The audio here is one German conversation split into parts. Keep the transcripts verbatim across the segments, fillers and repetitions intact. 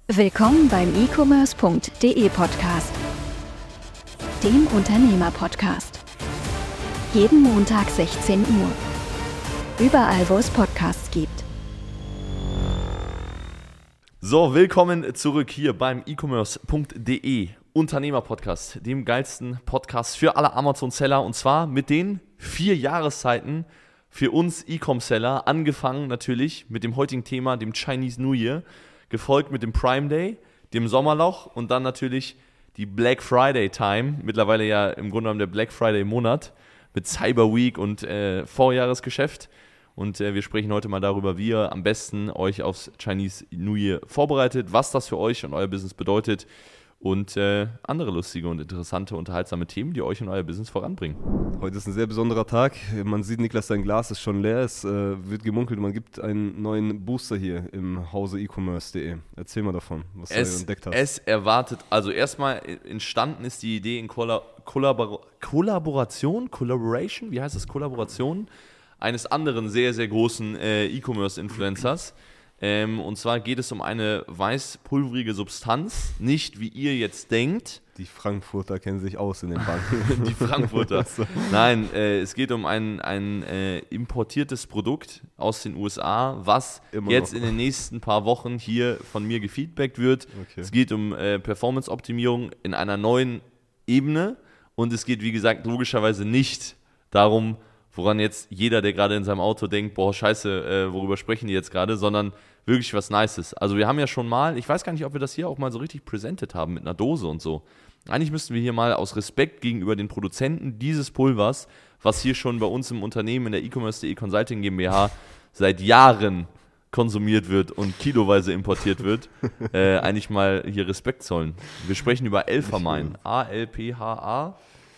Willkommen beim e-commerce punkt de Podcast, dem Unternehmer-Podcast. Jeden Montag sechzehn Uhr. Überall, wo es Podcasts gibt. So, willkommen zurück hier beim e commerce punkt de Unternehmer-Podcast, dem geilsten Podcast für alle Amazon-Seller, und zwar mit den vier Jahreszeiten für uns E-Com-Seller, angefangen natürlich mit dem heutigen Thema, dem Chinese New Year, gefolgt mit dem Prime Day, dem Sommerloch und dann natürlich die Black Friday Time, mittlerweile ja im Grunde genommen der Black Friday Monat mit Cyber Week und äh, Vorjahresgeschäft. Und äh, wir sprechen heute mal darüber, wie ihr am besten euch aufs Chinese New Year vorbereitet, was das für euch und euer Business bedeutet und äh, andere lustige und interessante, unterhaltsame Themen, die euch und euer Business voranbringen. Heute ist ein sehr besonderer Tag. Man sieht, Niklas, sein Glas ist schon leer. Es äh, wird gemunkelt, man gibt einen neuen Booster hier im Hause e commerce punkt de. Erzähl mal davon, was es, du entdeckt hast. Es erwartet, also erstmal entstanden ist die Idee in Kolla- Kollabor- Kollaboration, Collaboration, wie heißt das, Kollaboration, eines anderen sehr, sehr großen äh, E-Commerce-Influencers. Ähm, und zwar geht es um eine weißpulverige Substanz, nicht wie ihr jetzt denkt. Die Frankfurter kennen sich aus in den Banken. Die Frankfurter. Nein, äh, es geht um ein, ein äh, importiertes Produkt aus den U S A, was Immer jetzt noch. in den nächsten paar Wochen hier von mir gefeedbackt wird. Okay. Es geht um äh, Performance-Optimierung in einer neuen Ebene und es geht, wie gesagt, logischerweise nicht darum, woran jetzt jeder, der gerade in seinem Auto denkt, boah, scheiße, äh, worüber sprechen die jetzt gerade, sondern wirklich was Nices. Also wir haben ja schon mal, ich weiß gar nicht, ob wir das hier auch mal so richtig präsentiert haben mit einer Dose und so. Eigentlich müssten wir hier mal aus Respekt gegenüber den Produzenten dieses Pulvers, was hier schon bei uns im Unternehmen in der e commerce punkt de Consulting GmbH seit Jahren konsumiert wird und kiloweise importiert wird, äh, eigentlich mal hier Respekt zollen. Wir sprechen über Alphamine, A L P H A.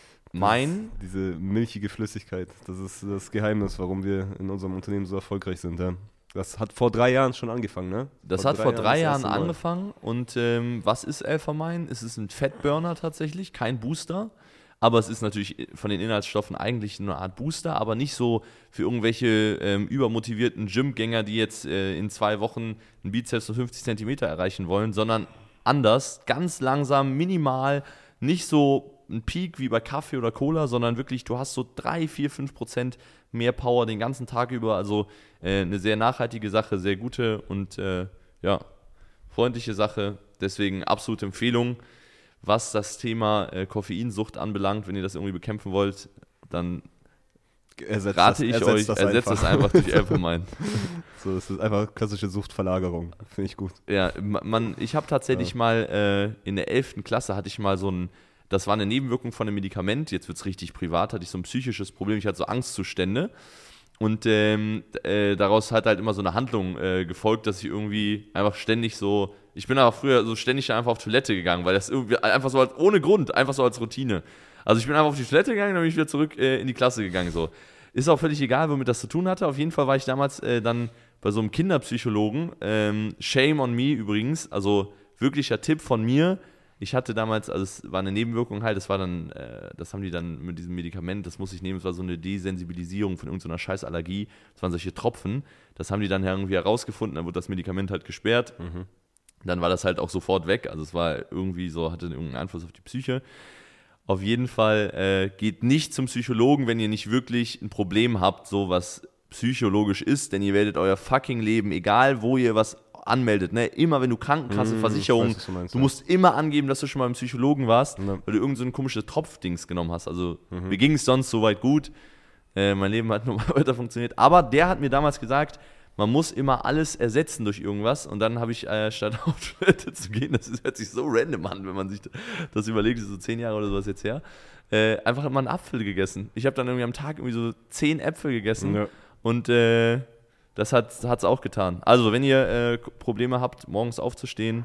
Mein diese milchige Flüssigkeit, das ist das Geheimnis, warum wir in unserem Unternehmen so erfolgreich sind. Ja. Das hat vor drei Jahren schon angefangen, ne? Das vor hat drei vor drei Jahren, Jahren angefangen. Und ähm, was ist Alphamine? Es ist ein Fettburner tatsächlich, kein Booster. Aber es ist natürlich von den Inhaltsstoffen eigentlich eine Art Booster, aber nicht so für irgendwelche ähm, übermotivierten Gymgänger, die jetzt äh, in zwei Wochen einen Bizeps von fünfzig Zentimeter erreichen wollen, sondern anders, ganz langsam, minimal, nicht so ein Peak wie bei Kaffee oder Cola, sondern wirklich, du hast so drei, vier, fünf Prozent mehr Power den ganzen Tag über. Also äh, eine sehr nachhaltige Sache, sehr gute und äh, ja, freundliche Sache. Deswegen absolute Empfehlung. Was das Thema äh, Koffeinsucht anbelangt, wenn ihr das irgendwie bekämpfen wollt, dann ersetzt rate das, ich euch, das ersetzt das einfach durch Alphamine. So, das ist einfach klassische Suchtverlagerung, finde ich gut. Ja, man, ich habe tatsächlich ja. mal äh, in der elften Klasse hatte ich mal so ein, das war eine Nebenwirkung von einem Medikament, jetzt wird es richtig privat, hatte ich so ein psychisches Problem, ich hatte so Angstzustände und ähm, äh, daraus hat halt immer so eine Handlung äh, gefolgt, dass ich irgendwie einfach ständig so, ich bin aber früher so ständig einfach auf Toilette gegangen, weil das irgendwie einfach so als, ohne Grund, einfach so als Routine. Also ich bin einfach auf die Toilette gegangen, dann bin ich wieder zurück äh, in die Klasse gegangen, so. Ist auch völlig egal, womit das zu tun hatte, auf jeden Fall war ich damals äh, dann bei so einem Kinderpsychologen, ähm, shame on me übrigens, also wirklicher Tipp von mir. Ich hatte damals, also es war eine Nebenwirkung halt, das war dann, äh, das haben die dann mit diesem Medikament, das muss ich nehmen, es war so eine Desensibilisierung von irgendeiner Scheißallergie, das waren solche Tropfen, das haben die dann irgendwie herausgefunden, dann wurde das Medikament halt gesperrt, mhm. Dann war das halt auch sofort weg, also es war irgendwie so, hatte irgendeinen Einfluss auf die Psyche. Auf jeden Fall äh, geht nicht zum Psychologen, wenn ihr nicht wirklich ein Problem habt, so was psychologisch ist, denn ihr werdet euer fucking Leben, egal wo ihr was anmeldet, ne? Immer wenn du Krankenkasse, mmh, Versicherung, weiß, du, meinst, du musst ja. immer angeben, dass du schon mal beim Psychologen warst, ja. weil du irgend so ein komisches Tropfdings genommen hast. Also mhm. mir ging es sonst soweit gut, äh, mein Leben hat normal weiter funktioniert, aber der hat mir damals gesagt, man muss immer alles ersetzen durch irgendwas und dann habe ich, äh, statt auf Toilette zu gehen, das ist, hört sich so random an, wenn man sich das überlegt, das ist so zehn Jahre oder sowas jetzt her, äh, einfach mal einen Apfel gegessen. Ich habe dann irgendwie am Tag irgendwie so zehn Äpfel gegessen ja. und äh, das hat es auch getan. Also, wenn ihr äh, Probleme habt, morgens aufzustehen,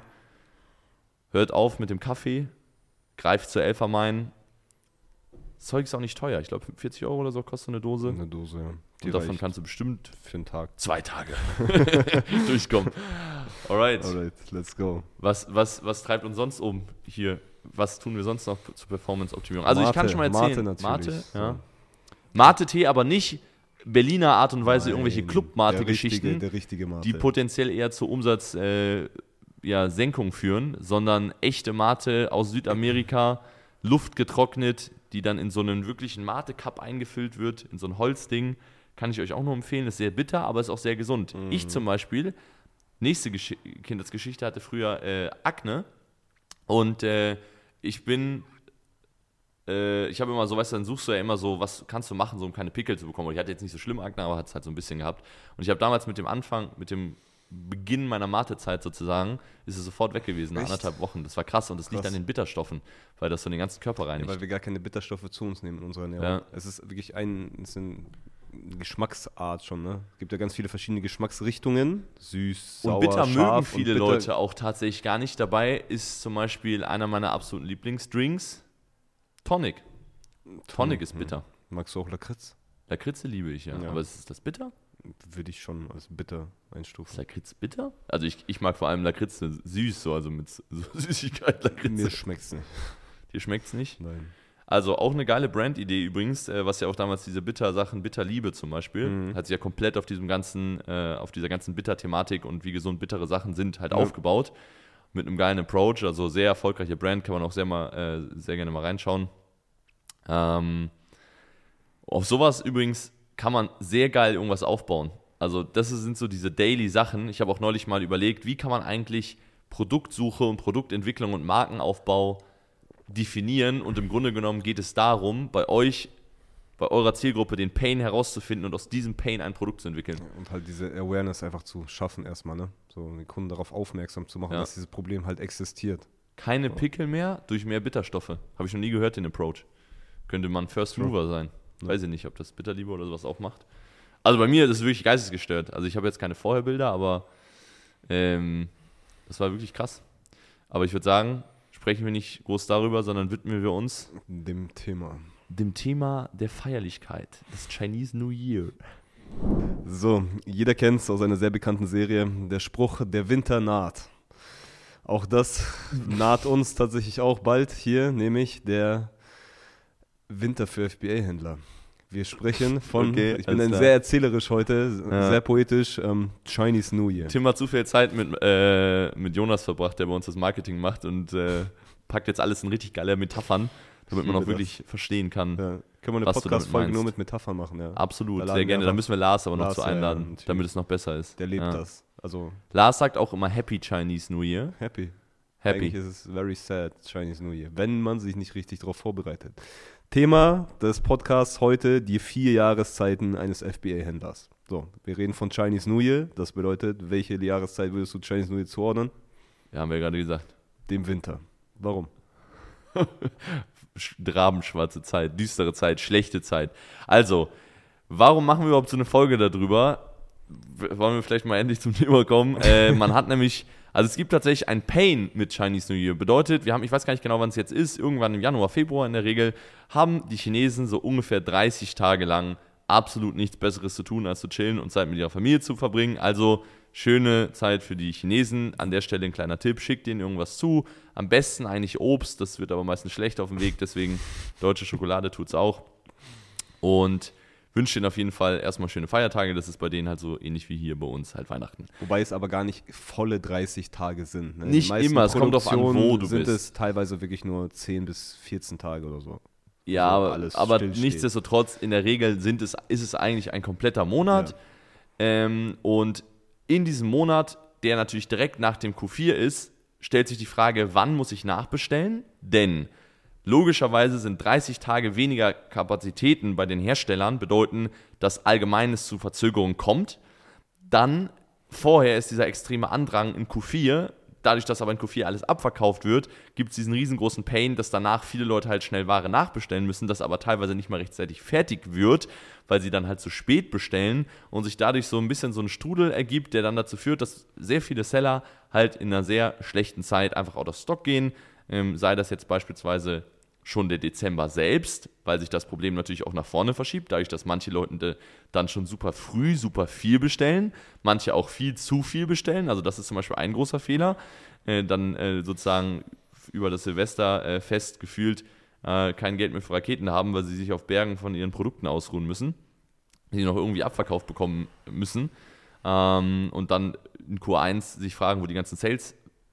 hört auf mit dem Kaffee, greift zur Alphamine. Das Zeug ist auch nicht teuer. Ich glaube, vierzig Euro oder so kostet eine Dose. Eine Dose, ja. Die und davon kannst du bestimmt für einen Tag. Zwei Tage durchkommen. Alright. Alright, let's go. Was, was, was treibt uns sonst um hier? Was tun wir sonst noch zur Performance-Optimierung? Also, Mate, ich kann schon mal erzählen. Mate natürlich. Mate, ja. Mate-Tee, aber nicht Berliner Art und Weise, Nein, irgendwelche Club-Mate-Geschichten, der richtige Mate. die potenziell eher zu Umsatz äh, ja, Senkung führen, sondern echte Mate aus Südamerika, luftgetrocknet, die dann in so einen wirklichen Mate-Cup eingefüllt wird, in so ein Holzding. Kann ich euch auch nur empfehlen. Ist sehr bitter, aber ist auch sehr gesund. Mhm. Ich zum Beispiel, nächste Gesch- Kindheitsgeschichte, hatte früher äh, Akne. Und äh, ich bin, äh, ich habe immer so, weißt du, dann suchst du ja immer so, was kannst du machen, so um keine Pickel zu bekommen. Und ich hatte jetzt nicht so schlimm Akne, aber hatte es halt so ein bisschen gehabt. Und ich habe damals mit dem Anfang, mit dem Beginn meiner Matezeit sozusagen, ist es sofort weg gewesen, nach anderthalb Wochen. Das war krass und das krass. liegt an den Bitterstoffen, weil das so den ganzen Körper reinigt. Ja, weil wir gar keine Bitterstoffe zu uns nehmen in unserer Ernährung. Ja. Es ist wirklich ein, es ist eine Geschmacksart schon, ne? Es gibt ja ganz viele verschiedene Geschmacksrichtungen, süß, sauer, und bitter scharf mögen viele und bitter Leute auch tatsächlich gar nicht. Dabei ist zum Beispiel einer meiner absoluten Lieblingsdrinks Tonic. Tonic ist bitter. Magst du auch Lakritz? Lakritze liebe ich, ja. ja. Aber ist das bitter? Würde ich schon als bitter einstufen. Ist Lakritz bitter? Also ich, ich mag vor allem Lakritz süß, so, also mit so Süßigkeit Lakritze. Mir schmeckt's nicht. Dir schmeckt's nicht? Nein. Also auch eine geile Brandidee übrigens, äh, was ja auch damals diese Bitter-Sachen, Bitterliebe zum Beispiel, mhm. hat sich ja komplett auf diesem ganzen, äh, auf dieser ganzen Bitter-Thematik und wie gesund bittere Sachen sind, halt ja. aufgebaut. Mit einem geilen Approach, also sehr erfolgreiche Brand, kann man auch sehr, mal, äh, sehr gerne mal reinschauen. Ähm, auf sowas übrigens kann man sehr geil irgendwas aufbauen. Also das sind so diese Daily-Sachen. Ich habe auch neulich mal überlegt, wie kann man eigentlich Produktsuche und Produktentwicklung und Markenaufbau definieren, und im Grunde genommen geht es darum, bei euch, bei eurer Zielgruppe den Pain herauszufinden und aus diesem Pain ein Produkt zu entwickeln. Und halt diese Awareness einfach zu schaffen erstmal, ne? So den Kunden darauf aufmerksam zu machen, ja. dass dieses Problem halt existiert. Keine so. Pickel mehr durch mehr Bitterstoffe. Habe ich noch nie gehört, den Approach. Könnte man First Mover ja. sein. Weiß ich nicht, ob das Bitterliebe oder sowas auch macht. Also bei mir ist es wirklich geistesgestört. Also ich habe jetzt keine Vorherbilder, aber ähm, das war wirklich krass. Aber ich würde sagen, sprechen wir nicht groß darüber, sondern widmen wir uns dem Thema. Dem Thema der Feierlichkeit, des Chinese New Year. So, jeder kennt es aus einer sehr bekannten Serie, der Spruch, der Winter naht. Auch das naht uns tatsächlich auch bald hier, nämlich der Winter für F B A-Händler. Wir sprechen von, okay, ich bin ein sehr erzählerisch heute, ja. sehr poetisch, ähm, Chinese New Year. Tim hat zu viel Zeit mit, äh, mit Jonas verbracht, der bei uns das Marketing macht, und äh, packt jetzt alles in richtig geile Metaphern, damit man auch wirklich das. verstehen kann. Ja. Können wir eine Podcast-Folge nur mit Metaphern machen, ja. Absolut, sehr gerne. Da müssen wir Lars aber noch Lars, zu einladen, ja, damit es noch besser ist. Der lebt ja. das. Also Lars sagt auch immer Happy Chinese New Year. Happy. Happy. Eigentlich ist es very sad, Chinese New Year, wenn man sich nicht richtig darauf vorbereitet. Thema des Podcasts heute, die vier Jahreszeiten eines F B A-Händlers. So, wir reden von Chinese New Year. Das bedeutet, welche Jahreszeit würdest du Chinese New Year zuordnen? Ja, haben wir ja gerade gesagt. Dem Winter. Warum? Rabenschwarze Zeit, düstere Zeit, schlechte Zeit. Also, warum machen wir überhaupt so eine Folge darüber? Wollen wir vielleicht mal endlich zum Thema kommen? Äh, man hat nämlich... Also es gibt tatsächlich ein Pain mit Chinese New Year. Bedeutet, wir haben, ich weiß gar nicht genau, wann es jetzt ist, irgendwann im Januar, Februar in der Regel, haben die Chinesen so ungefähr dreißig Tage lang absolut nichts Besseres zu tun, als zu chillen und Zeit mit ihrer Familie zu verbringen. Also schöne Zeit für die Chinesen. An der Stelle ein kleiner Tipp, schickt denen irgendwas zu. Am besten eigentlich Obst, das wird aber meistens schlecht auf dem Weg, deswegen deutsche Schokolade tut es auch. Und wünsche Ihnen auf jeden Fall erstmal schöne Feiertage. Das ist bei denen halt so ähnlich wie hier bei uns halt Weihnachten. Wobei es aber gar nicht volle dreißig Tage sind. Ne? Nicht immer, es kommt drauf an, wo du sind bist. Es teilweise wirklich nur zehn bis vierzehn Tage oder so. Ja, aber, aber nichtsdestotrotz, in der Regel sind es, ist es eigentlich ein kompletter Monat. Ja. Ähm, und in diesem Monat, der natürlich direkt nach dem Q vier ist, stellt sich die Frage, wann muss ich nachbestellen? Denn logischerweise sind dreißig Tage weniger Kapazitäten bei den Herstellern, bedeuten, dass Allgemeines zu Verzögerungen kommt. Dann vorher ist dieser extreme Andrang in Q vier. Dadurch, dass aber in Q vier alles abverkauft wird, gibt es diesen riesengroßen Pain, dass danach viele Leute halt schnell Ware nachbestellen müssen, das aber teilweise nicht mal rechtzeitig fertig wird, weil sie dann halt zu spät bestellen und sich dadurch so ein bisschen so ein Strudel ergibt, der dann dazu führt, dass sehr viele Seller halt in einer sehr schlechten Zeit einfach out of stock gehen. Ähm, sei das jetzt beispielsweise schon der Dezember selbst, weil sich das Problem natürlich auch nach vorne verschiebt, dadurch, dass manche Leute dann schon super früh, super viel bestellen, manche auch viel zu viel bestellen, also das ist zum Beispiel ein großer Fehler, äh, dann äh, sozusagen über das Silvesterfest äh, gefühlt äh, kein Geld mehr für Raketen haben, weil sie sich auf Bergen von ihren Produkten ausruhen müssen, die noch irgendwie abverkauft bekommen müssen ähm, und dann in Q eins sich fragen, wo die ganzen Sales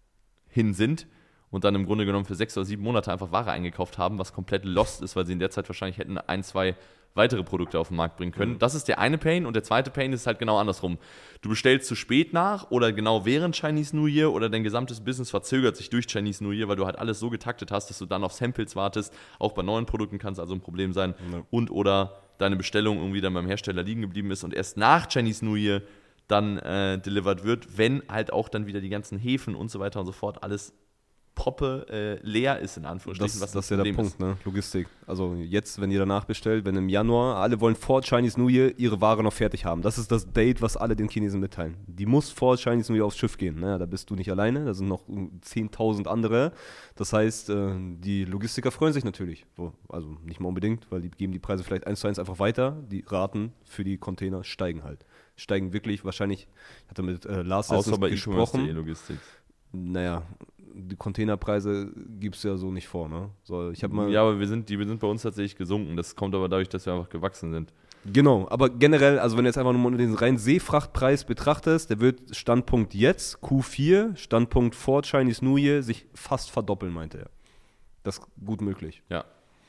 hin sind und dann im Grunde genommen für sechs oder sieben Monate einfach Ware eingekauft haben, was komplett lost ist, weil sie in der Zeit wahrscheinlich hätten ein, zwei weitere Produkte auf den Markt bringen können. Mhm. Das ist der eine Pain und der zweite Pain ist halt genau andersrum. Du bestellst zu spät nach oder genau während Chinese New Year oder dein gesamtes Business verzögert sich durch Chinese New Year, weil du halt alles so getaktet hast, dass du dann auf Samples wartest. Auch bei neuen Produkten kann es also ein Problem sein. Mhm. Und oder deine Bestellung irgendwie dann beim Hersteller liegen geblieben ist und erst nach Chinese New Year dann äh, delivered wird, wenn halt auch dann wieder die ganzen Häfen und so weiter und so fort alles Poppe äh, leer ist, in Anführungsstrichen. Das, was das ist ja der Punkt, ne? Logistik. Also jetzt, wenn ihr danach bestellt, wenn im Januar, alle wollen vor Chinese New Year ihre Ware noch fertig haben. Das ist das Date, was alle den Chinesen mitteilen. Die muss vor Chinese New Year aufs Schiff gehen. Ne? Da bist du nicht alleine, da sind noch zehntausend andere. Das heißt, äh, die Logistiker freuen sich natürlich. Also nicht mal unbedingt, weil die geben die Preise vielleicht eins zu eins einfach weiter. Die Raten für die Container steigen halt. Steigen wirklich wahrscheinlich, ich hatte mit äh, Lars Außer bei gesprochen. E-Logistik. Naja, die Containerpreise gibt es ja so nicht vor, ne? So, ich hab mal ja, aber wir sind, die wir sind bei uns tatsächlich gesunken. Das kommt aber dadurch, dass wir einfach gewachsen sind. Genau, aber generell, also wenn du jetzt einfach nur den reinen Seefrachtpreis betrachtest, der wird Standpunkt jetzt, Q vier, Standpunkt vor Chinese New Year, sich fast verdoppeln, meinte er. Das ist gut möglich. Ja.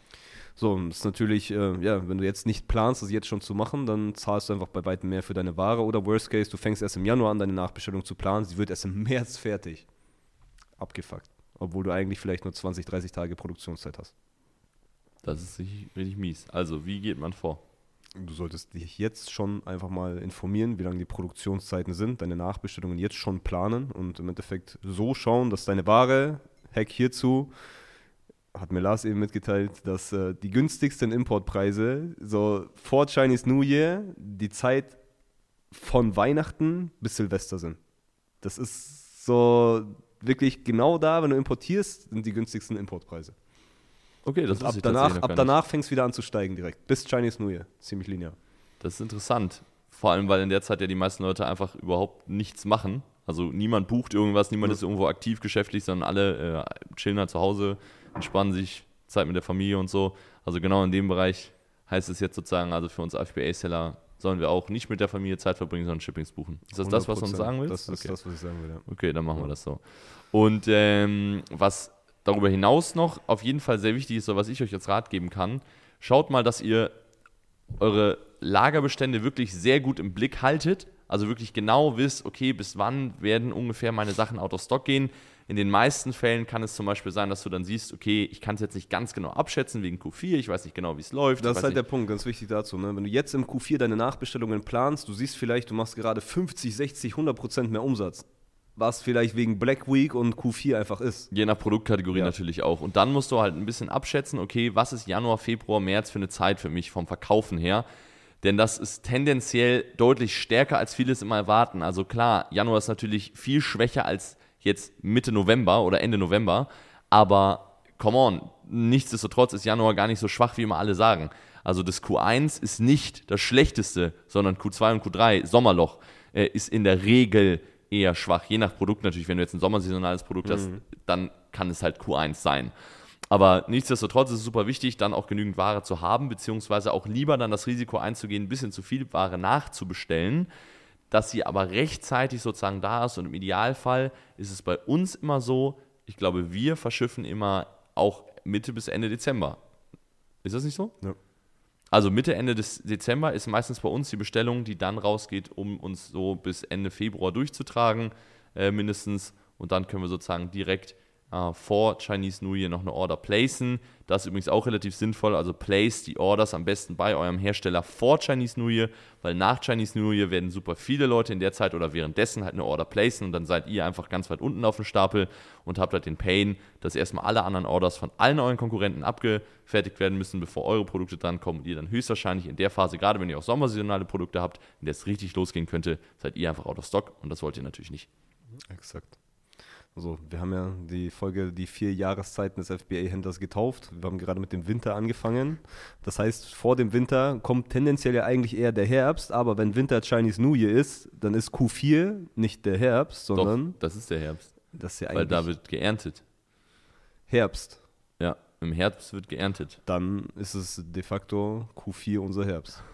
So, und das ist natürlich, äh, ja, wenn du jetzt nicht planst, das jetzt schon zu machen, dann zahlst du einfach bei weitem mehr für deine Ware oder Worst Case, du fängst erst im Januar an, deine Nachbestellung zu planen, sie wird erst im März fertig. Abgefuckt. Obwohl du eigentlich vielleicht nur zwanzig, dreißig Tage Produktionszeit hast. Das ist richtig, richtig mies. Also, wie geht man vor? Du solltest dich jetzt schon einfach mal informieren, wie lange die Produktionszeiten sind, deine Nachbestellungen jetzt schon planen und im Endeffekt so schauen, dass deine Ware, Hack hierzu, hat mir Lars eben mitgeteilt, dass äh, die günstigsten Importpreise so vor Chinese New Year die Zeit von Weihnachten bis Silvester sind. Das ist so wirklich genau da, wenn du importierst, sind die günstigsten Importpreise. Okay, das und ab danach, ab danach fängt es wieder an zu steigen direkt. Bis Chinese New Year. Ziemlich linear. Das ist interessant. Vor allem, weil in der Zeit ja die meisten Leute einfach überhaupt nichts machen. Also niemand bucht irgendwas, niemand mhm. ist irgendwo aktiv geschäftlich, sondern alle äh, chillen halt zu Hause, entspannen sich, Zeit mit der Familie und so. Also genau in dem Bereich heißt es jetzt sozusagen, also für uns F B A-Seller sollen wir auch nicht mit der Familie Zeit verbringen, sondern Shippings buchen. Ist das das, was du uns sagen willst? Das ist okay. das, was ich sagen will, ja. Okay, dann machen ja. wir das so. Und ähm, was darüber hinaus noch auf jeden Fall sehr wichtig ist, so was ich euch jetzt Rat geben kann, schaut mal, dass ihr eure Lagerbestände wirklich sehr gut im Blick haltet, also wirklich genau wisst, okay, bis wann werden ungefähr meine Sachen out of stock gehen. In den meisten Fällen kann es zum Beispiel sein, dass du dann siehst, okay, ich kann es jetzt nicht ganz genau abschätzen wegen Q vier, ich weiß nicht genau, wie es läuft. Das ist halt nicht. der Punkt, ganz wichtig dazu. Ne? Wenn du jetzt im Q vier deine Nachbestellungen planst, du siehst vielleicht, du machst gerade fünfzig, sechzig, hundert Prozent mehr Umsatz. Was vielleicht wegen Black Week und Q vier einfach ist. Je nach Produktkategorie ja. natürlich auch. Und dann musst du halt ein bisschen abschätzen, okay, was ist Januar, Februar, März für eine Zeit für mich vom Verkaufen her? Denn das ist tendenziell deutlich stärker, als vieles immer erwarten. Also klar, Januar ist natürlich viel schwächer als jetzt Mitte November oder Ende November. Aber come on, nichtsdestotrotz ist Januar gar nicht so schwach, wie immer alle sagen. Also das Q eins ist nicht das Schlechteste, sondern Q zwei und Q drei, Sommerloch, äh, ist in der Regel eher schwach. Je nach Produkt natürlich, wenn du jetzt ein sommersaisonales Produkt hast, mhm. dann kann es halt Q eins sein. Aber nichtsdestotrotz ist es super wichtig, dann auch genügend Ware zu haben, beziehungsweise auch lieber dann das Risiko einzugehen, ein bisschen zu viel Ware nachzubestellen, dass sie aber rechtzeitig sozusagen da ist. Und im Idealfall ist es bei uns immer so, ich glaube, wir verschiffen immer auch Mitte bis Ende Dezember. Ist das nicht so? Ja. Also Mitte, Ende des Dezember ist meistens bei uns die Bestellung, die dann rausgeht, um uns so bis Ende Februar durchzutragen, äh, mindestens. Und dann können wir sozusagen direkt äh, vor Chinese New Year noch eine Order placen. Das ist übrigens auch relativ sinnvoll. Also place die Orders am besten bei eurem Hersteller vor Chinese New Year, weil nach Chinese New Year werden super viele Leute in der Zeit oder währenddessen halt eine Order placen und dann seid ihr einfach ganz weit unten auf dem Stapel und habt halt den Pain, dass erstmal alle anderen Orders von allen euren Konkurrenten abgefertigt werden müssen, bevor eure Produkte dran kommen und ihr dann höchstwahrscheinlich in der Phase, gerade wenn ihr auch sommersaisonale Produkte habt, in der es richtig losgehen könnte, seid ihr einfach out of stock und das wollt ihr natürlich nicht. Exakt. Also wir haben ja die Folge, die vier Jahreszeiten des F B A-Händlers getauft. Wir haben gerade mit dem Winter angefangen. Das heißt, vor dem Winter kommt tendenziell ja eigentlich eher der Herbst, aber wenn Winter Chinese New Year ist, dann ist Q vier nicht der Herbst, sondern... Doch, das ist der Herbst. Das ist ja weil da wird geerntet. Herbst. Ja, im Herbst wird geerntet. Dann ist es de facto Q vier unser Herbst.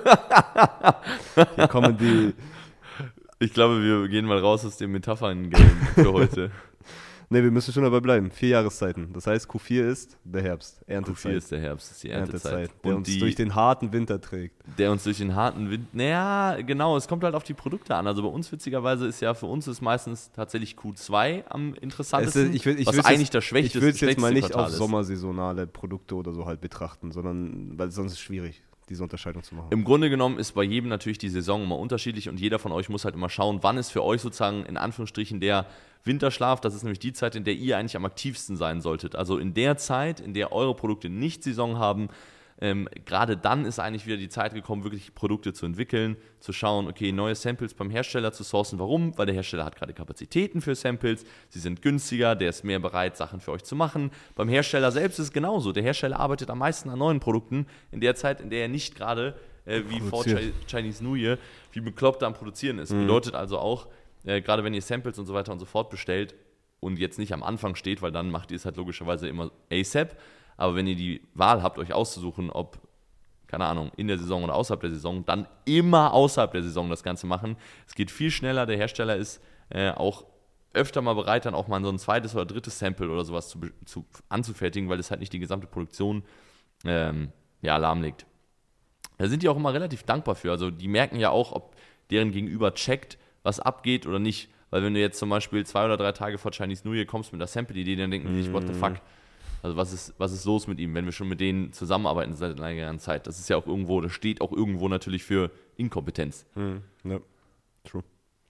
Hier kommen die... Ich glaube, wir gehen mal raus aus dem Metaphern-Game für heute. Ne, wir müssen schon dabei bleiben. Vier Jahreszeiten. Das heißt, Q vier ist der Herbst, Erntezeit. Q vier ist der Herbst, ist die Erntezeit. Erntezeit, der und uns die, durch den harten Winter trägt. Der uns durch den harten Winter, naja, genau, es kommt halt auf die Produkte an. Also bei uns witzigerweise ist ja, für uns ist meistens tatsächlich Q zwei am interessantesten, ist, ich will, ich was jetzt, eigentlich das schwächste Ich will es jetzt mal nicht auf ist. sommersaisonale Produkte oder so halt betrachten, sondern, weil sonst ist es schwierig, diese Unterscheidung zu machen. Im Grunde genommen ist bei jedem natürlich die Saison immer unterschiedlich und jeder von euch muss halt immer schauen, wann ist für euch sozusagen in Anführungsstrichen der Winterschlaf, das ist nämlich die Zeit, in der ihr eigentlich am aktivsten sein solltet. Also in der Zeit, in der eure Produkte nicht Saison haben, ähm, gerade dann ist eigentlich wieder die Zeit gekommen, wirklich Produkte zu entwickeln, zu schauen, okay, neue Samples beim Hersteller zu sourcen. Warum? Weil der Hersteller hat gerade Kapazitäten für Samples, sie sind günstiger, der ist mehr bereit, Sachen für euch zu machen. Beim Hersteller selbst ist es genauso. Der Hersteller arbeitet am meisten an neuen Produkten in der Zeit, in der er nicht gerade, äh, wie vor Chinese New Year, wie bekloppt am Produzieren ist. Mhm. Bedeutet also auch, Äh, gerade wenn ihr Samples und so weiter und so fort bestellt und jetzt nicht am Anfang steht, weil dann macht ihr es halt logischerweise immer ASAP, aber wenn ihr die Wahl habt, euch auszusuchen, ob, keine Ahnung, in der Saison oder außerhalb der Saison, dann immer außerhalb der Saison das Ganze machen. Es geht viel schneller, der Hersteller ist äh, auch öfter mal bereit, dann auch mal so ein zweites oder drittes Sample oder sowas zu, zu, anzufertigen, weil es halt nicht die gesamte Produktion ähm, ja, lahmlegt. Da sind die auch immer relativ dankbar für, also die merken ja auch, ob deren Gegenüber checkt, was abgeht oder nicht. Weil wenn du jetzt zum Beispiel zwei oder drei Tage vor Chinese New Year kommst mit der Sample-Idee, dann denken die sich, what the fuck? Also was ist, was ist los mit ihm, wenn wir schon mit denen zusammenarbeiten seit einer längeren Zeit? Das ist ja auch irgendwo, das steht auch irgendwo natürlich für Inkompetenz. Mhm. Ja, true.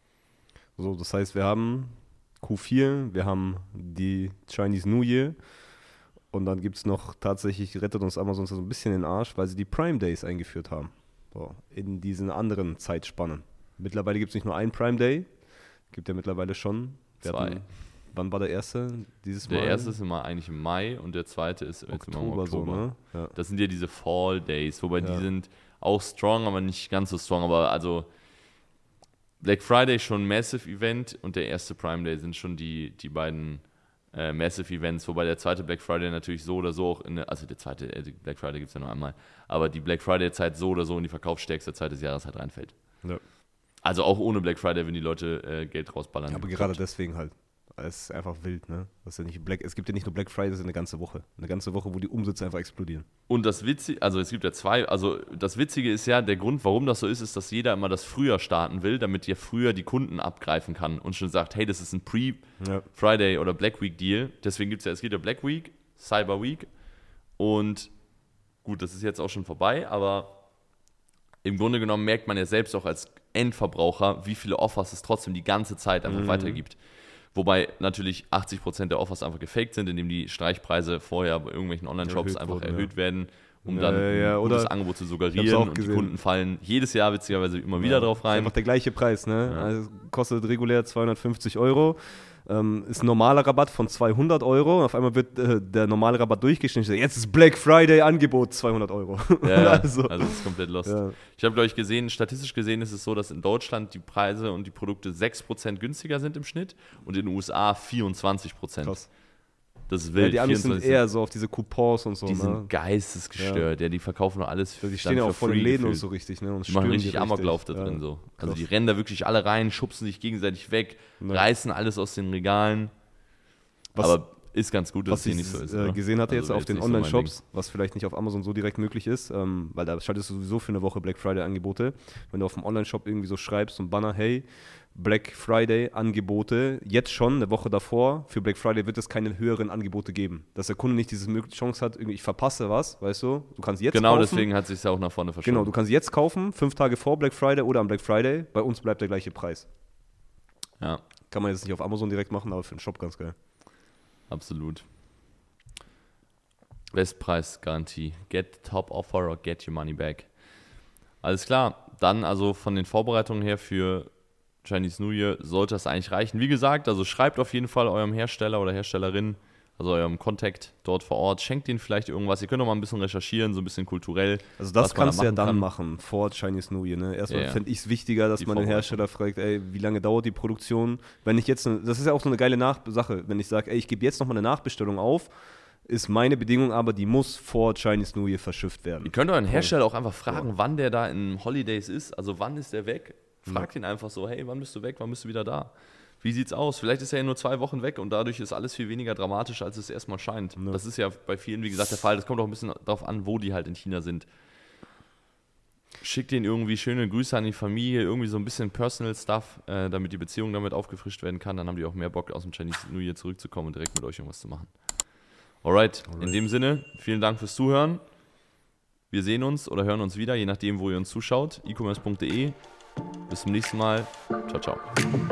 So, das heißt, wir haben Q vier, wir haben die Chinese New Year und dann gibt es noch, tatsächlich rettet uns Amazon so ein bisschen den Arsch, weil sie die Prime Days eingeführt haben. So, in diesen anderen Zeitspannen. Mittlerweile gibt es nicht nur einen Prime Day, gibt ja mittlerweile schon. Wir Zwei. Hatten, wann war der erste dieses Mal? Der erste ist immer eigentlich im Mai und der zweite ist jetzt Oktober, immer im Oktober. So, ne? Ja. Das sind ja diese Fall Days, wobei Ja. die sind auch strong, aber nicht ganz so strong. Aber also Black Friday schon ein Massive Event und der erste Prime Day sind schon die, die beiden äh, Massive Events, wobei der zweite Black Friday natürlich so oder so auch in, also der zweite äh, Black Friday gibt es ja nur einmal, aber die Black Friday Zeit so oder so in die verkaufsstärkste Zeit des Jahres halt reinfällt. Ja. Also auch ohne Black Friday, wenn die Leute äh, Geld rausballern. Aber gerade deswegen halt. Es ist einfach wild, ne? Das ist ja nicht Black, es gibt ja nicht nur Black Friday, das ist eine ganze Woche. Eine ganze Woche, wo die Umsätze einfach explodieren. Und das Witzige, also es gibt ja zwei, also das Witzige ist ja, der Grund, warum das so ist, ist, dass jeder immer das früher starten will, damit ja früher die Kunden abgreifen kann und schon sagt, hey, das ist ein Pre-Friday oder Black Week Deal. Deswegen gibt es ja, es gibt ja Black Week, Cyber Week und gut, das ist jetzt auch schon vorbei, aber im Grunde genommen merkt man ja selbst auch als Endverbraucher, wie viele Offers es trotzdem die ganze Zeit einfach mhm. weitergibt. Wobei natürlich achtzig Prozent der Offers einfach gefaked sind, indem die Streichpreise vorher bei irgendwelchen Online-Shops erhöht einfach wurden, erhöht ja. werden, um dann ja, ja, ein gutes Angebot zu suggerieren. Und gesehen. Die Kunden fallen jedes Jahr witzigerweise immer ja, wieder drauf rein. Ist einfach der gleiche Preis, ne? Ja. Also kostet regulär zweihundertfünfzig Euro. Ähm, ist ein normaler Rabatt von zweihundert Euro. Auf einmal wird äh, der normale Rabatt durchgeschnitten. Jetzt ist Black Friday Angebot zweihundert Euro. Ja, also, also das ist komplett lost. Ja. Ich habe, glaube ich, gesehen, statistisch gesehen ist es so, dass in Deutschland die Preise und die Produkte sechs Prozent günstiger sind im Schnitt und in den U S A vierundzwanzig Prozent. Krass. Das ist wild. Ja, die Amis sind eher so auf diese Coupons und so. Die ne? sind geistesgestört. Ja. Ja, die verkaufen nur alles für Die stehen ja auch vor den Läden und so richtig. Ne? Und die machen richtig Amoklauf da drin. Ja. So. Also die rennen da wirklich alle rein, schubsen sich gegenseitig weg, ja. reißen alles aus den Regalen. Was, aber ist ganz gut, dass es hier nicht so ist. Was ich äh, gesehen hatte also jetzt auf den Online-Shops, so was vielleicht nicht auf Amazon so direkt möglich ist, ähm, weil da schaltest du sowieso für eine Woche Black Friday-Angebote. Wenn du auf dem Online-Shop irgendwie so schreibst, so ein Banner, hey, Black Friday-Angebote, jetzt schon, eine Woche davor, für Black Friday wird es keine höheren Angebote geben. Dass der Kunde nicht diese Chance hat, irgendwie, ich verpasse was, weißt du, du kannst jetzt genau, kaufen. Genau, deswegen hat es sich ja auch nach vorne verschoben. Genau, du kannst jetzt kaufen, fünf Tage vor Black Friday oder am Black Friday, bei uns bleibt der gleiche Preis. Ja. Kann man jetzt nicht auf Amazon direkt machen, aber für den Shop ganz geil. Absolut. Bestpreisgarantie. Get top offer or get your money back. Alles klar. Dann also von den Vorbereitungen her für Chinese New Year sollte das eigentlich reichen. Wie gesagt, also schreibt auf jeden Fall eurem Hersteller oder Herstellerin, also eurem Contact dort vor Ort, schenkt ihnen vielleicht irgendwas. Ihr könnt auch mal ein bisschen recherchieren, so ein bisschen kulturell. Also das kannst da du ja dann kann. machen, vor Chinese New Year. Ne? Erstmal ja, ja. finde ich es wichtiger, dass die man den Hersteller fragt, ey, wie lange dauert die Produktion? Wenn ich jetzt, das ist ja auch so eine geile Nach- Sache, wenn ich sage, ey, ich gebe jetzt nochmal eine Nachbestellung auf, ist meine Bedingung aber, die muss vor Chinese New Year verschifft werden. Ihr könnt euren Hersteller auch einfach fragen, ja. wann der da in Holidays ist, also wann ist der weg? Fragt ja. ihn einfach so, hey, wann bist du weg, wann bist du wieder da? wie sieht's aus? Vielleicht ist er ja nur zwei Wochen weg und dadurch ist alles viel weniger dramatisch, als es erstmal scheint. Ja. Das ist ja bei vielen, wie gesagt, der Fall. Das kommt auch ein bisschen darauf an, wo die halt in China sind. Schickt denen irgendwie schöne Grüße an die Familie, irgendwie so ein bisschen Personal Stuff, äh, damit die Beziehung damit aufgefrischt werden kann. Dann haben die auch mehr Bock, aus dem Chinese New Year zurückzukommen und direkt mit euch irgendwas zu machen. Alright, Alright. In dem Sinne, vielen Dank fürs Zuhören. Wir sehen uns oder hören uns wieder, je nachdem, wo ihr uns zuschaut. e commerce punkt de. Bis zum nächsten Mal. Ciao, ciao.